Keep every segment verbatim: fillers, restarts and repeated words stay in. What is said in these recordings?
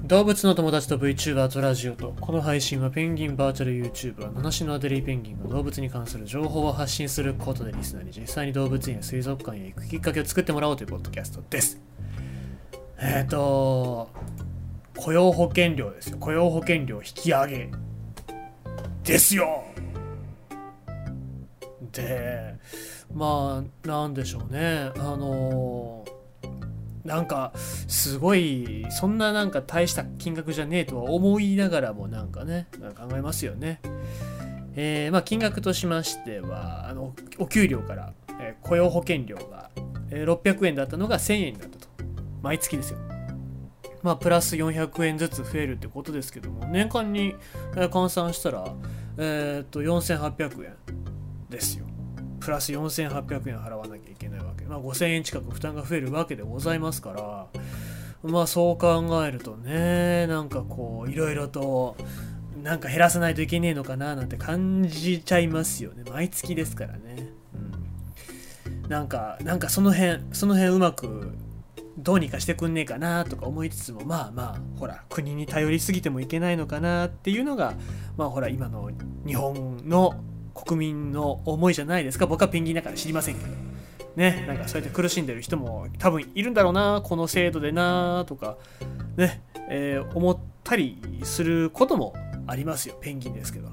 動物の友達と VTuber とラジオと、この配信はペンギンバーチャル YouTuber 七種のアデリーペンギンが動物に関する情報を発信することでリスナーに実際に動物園や水族館へ行くきっかけを作ってもらおうというポッドキャストです。えっと雇用保険料ですよ。雇用保険料引き上げですよ。でまあなんでしょうね、あのーなんかすごいそんななんか大した金額じゃねえとは思いながらもなんかね考えますよね。えー、まあ金額としましてはあのお給料から、えー、雇用保険料が、えー、ろっぴゃくえんだったのがせんえんになったと。毎月ですよ。まあプラスよんひゃくえんずつ増えるってことですけども、年間に、えー、換算したらえー、っとよんせんはっぴゃくえんですよ。プラスよんせんはっぴゃくえん払わなきゃいけないわけ、まあ、ごせんえん近く負担が増えるわけでございますから、まあそう考えるとね、なんかこういろいろとなんか減らさないといけねえのかななんて感じちゃいますよね。毎月ですからね、うん、なんかなんかその辺その辺うまくどうにかしてくんねえかなとか思いつつも、まあまあほら国に頼りすぎてもいけないのかなっていうのが、まあほら今の日本の国民の思いじゃないですか。僕はペンギンだから知りませんけどね。なんかそうやって苦しんでる人も多分いるんだろうな、この制度でなとかね、えー、思ったりすることもありますよ。ペンギンですけど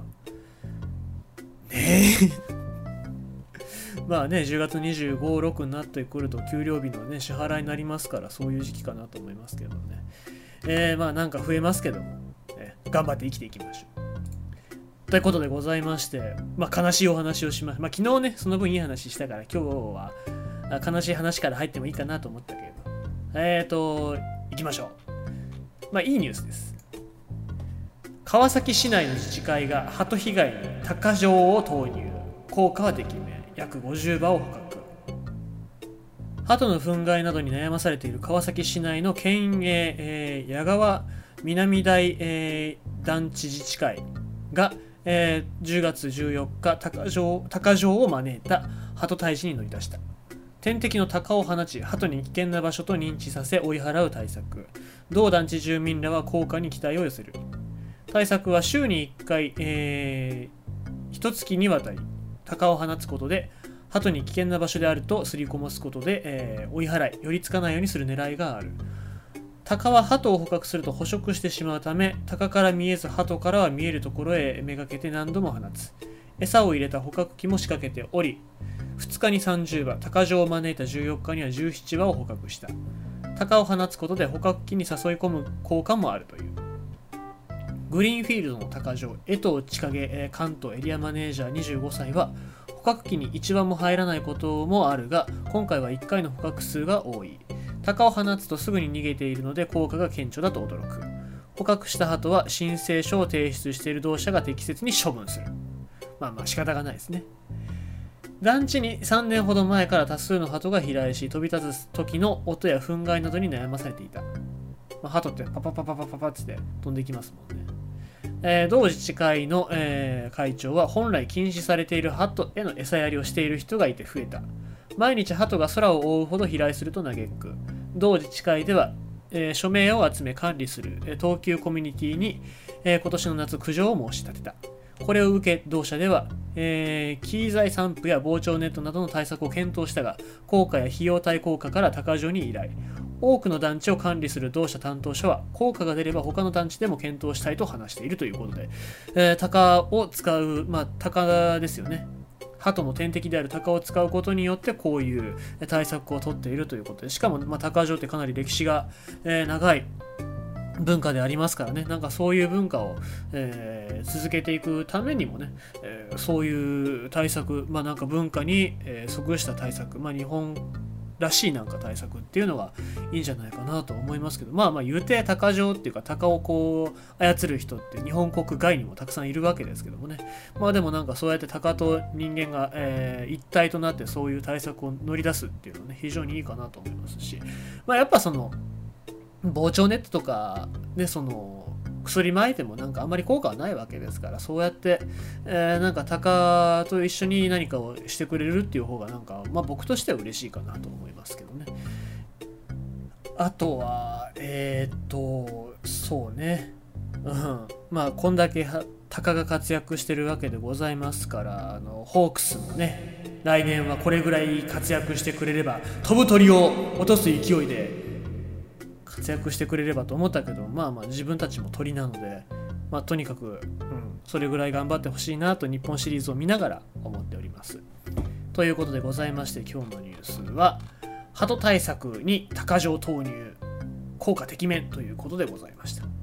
ねまあね、じゅうがつにじゅうご、ろくになってくると給料日のね支払いになりますから、そういう時期かなと思いますけどね。えー、まあなんか増えますけども、ね、頑張って生きていきましょうということでございまして、まあ、悲しいお話をしました。まあ、昨日ね、その分いい話したから、今日は悲しい話から入ってもいいかなと思ったけれど、えーと、行きましょう。まあ、いいニュースです。川崎市内の自治会が鳩被害に鷹匠を投入。効果はできめ、約ごじゅうばを捕獲。鳩の憤慨などに悩まされている川崎市内の県営、えー、矢川南台、えー、団地自治会が、えー、じゅうがつじゅうよっか鷹匠を招いた鳩退治に乗り出した。天敵の鷹を放ち、鳩に危険な場所と認知させ追い払う対策。同団地住民らは効果に期待を寄せる。対策は週にいっかい、えー、一月にわたり鷹を放つことで鳩に危険な場所であるとすり込ますことで、えー、追い払い寄りつかないようにする狙いがある。鷹は鳩を捕獲すると捕食してしまうため、鷹から見えず鳩からは見えるところへめがけて何度も放つ。餌を入れた捕獲器も仕掛けており、ふつかにさんじゅうば、鷹匠を招いたじゅうよっかにはじゅうななばを捕獲した。鷹を放つことで捕獲器に誘い込む効果もあるという。グリーンフィールドの鷹匠、江藤千景関東エリアマネージャーにじゅうごさいは、捕獲器にいちばんも入らないこともあるが、今回はいっかいの捕獲数が多い。鷹を放つとすぐに逃げているので効果が顕著だと驚く。捕獲した鳩は申請書を提出している同社が適切に処分する。まあまあ仕方がないですね。団地にさんねんほど前から多数の鳩が飛来し、飛び立つ時の音や憤慨などに悩まされていた。まあ、鳩ってパパパパパパパって飛んできますもんね。えー、同自治会の、えー、会長は本来禁止されている鳩への餌やりをしている人がいて増えた。毎日鳩が空を覆うほど飛来すると嘆く。同自治会では、えー、署名を集め管理する、えー、東急コミュニティに、えー、今年の夏苦情を申し立てた。これを受け同社では、えー、機材散布や防鳥ネットなどの対策を検討したが、効果や費用対効果から鷹匠に依頼。多くの団地を管理する同社担当者は、効果が出れば他の団地でも検討したいと話しているということで、えー、鷹を使う、まあ鷹ですよね。鳩の天敵である鷹を使うことによってこういう対策を取っているということで、しかも、まあ、鷹匠ってかなり歴史が、えー、長い文化でありますからね。なんかそういう文化を、えー、続けていくためにもね、えー、そういう対策、まあなんか文化に、えー、即した対策、まあ日本らしいなんか対策っていうのがいいんじゃないかなと思いますけど、まあまあ言うて鷹匠っていうか鷹をこう操る人って日本国外にもたくさんいるわけですけどもね。まあでもなんかそうやって鷹と人間が、えー、一体となってそういう対策を乗り出すっていうのはね、非常にいいかなと思いますし、まあやっぱその防鳥ネットとかね、その薬撒いてもなんかあんまり効果はないわけですから、そうやって、えー、なんか鷹と一緒に何かをしてくれるっていう方がなんか、まあ僕としては嬉しいかなと思いますけどね。 あとはえー、っとそうね、うん、まあこんだけタカが活躍してるわけでございますから、あのホークスもね来年はこれぐらい活躍してくれれば、飛ぶ鳥を落とす勢いで活躍してくれればと思ったけど、まあまあ自分たちも鳥なので、まあ、とにかく、うん、それぐらい頑張ってほしいなと日本シリーズを見ながら思っております。ということでございまして、今日のニュースはハト対策に鷹匠投入効果てきめんということでございました。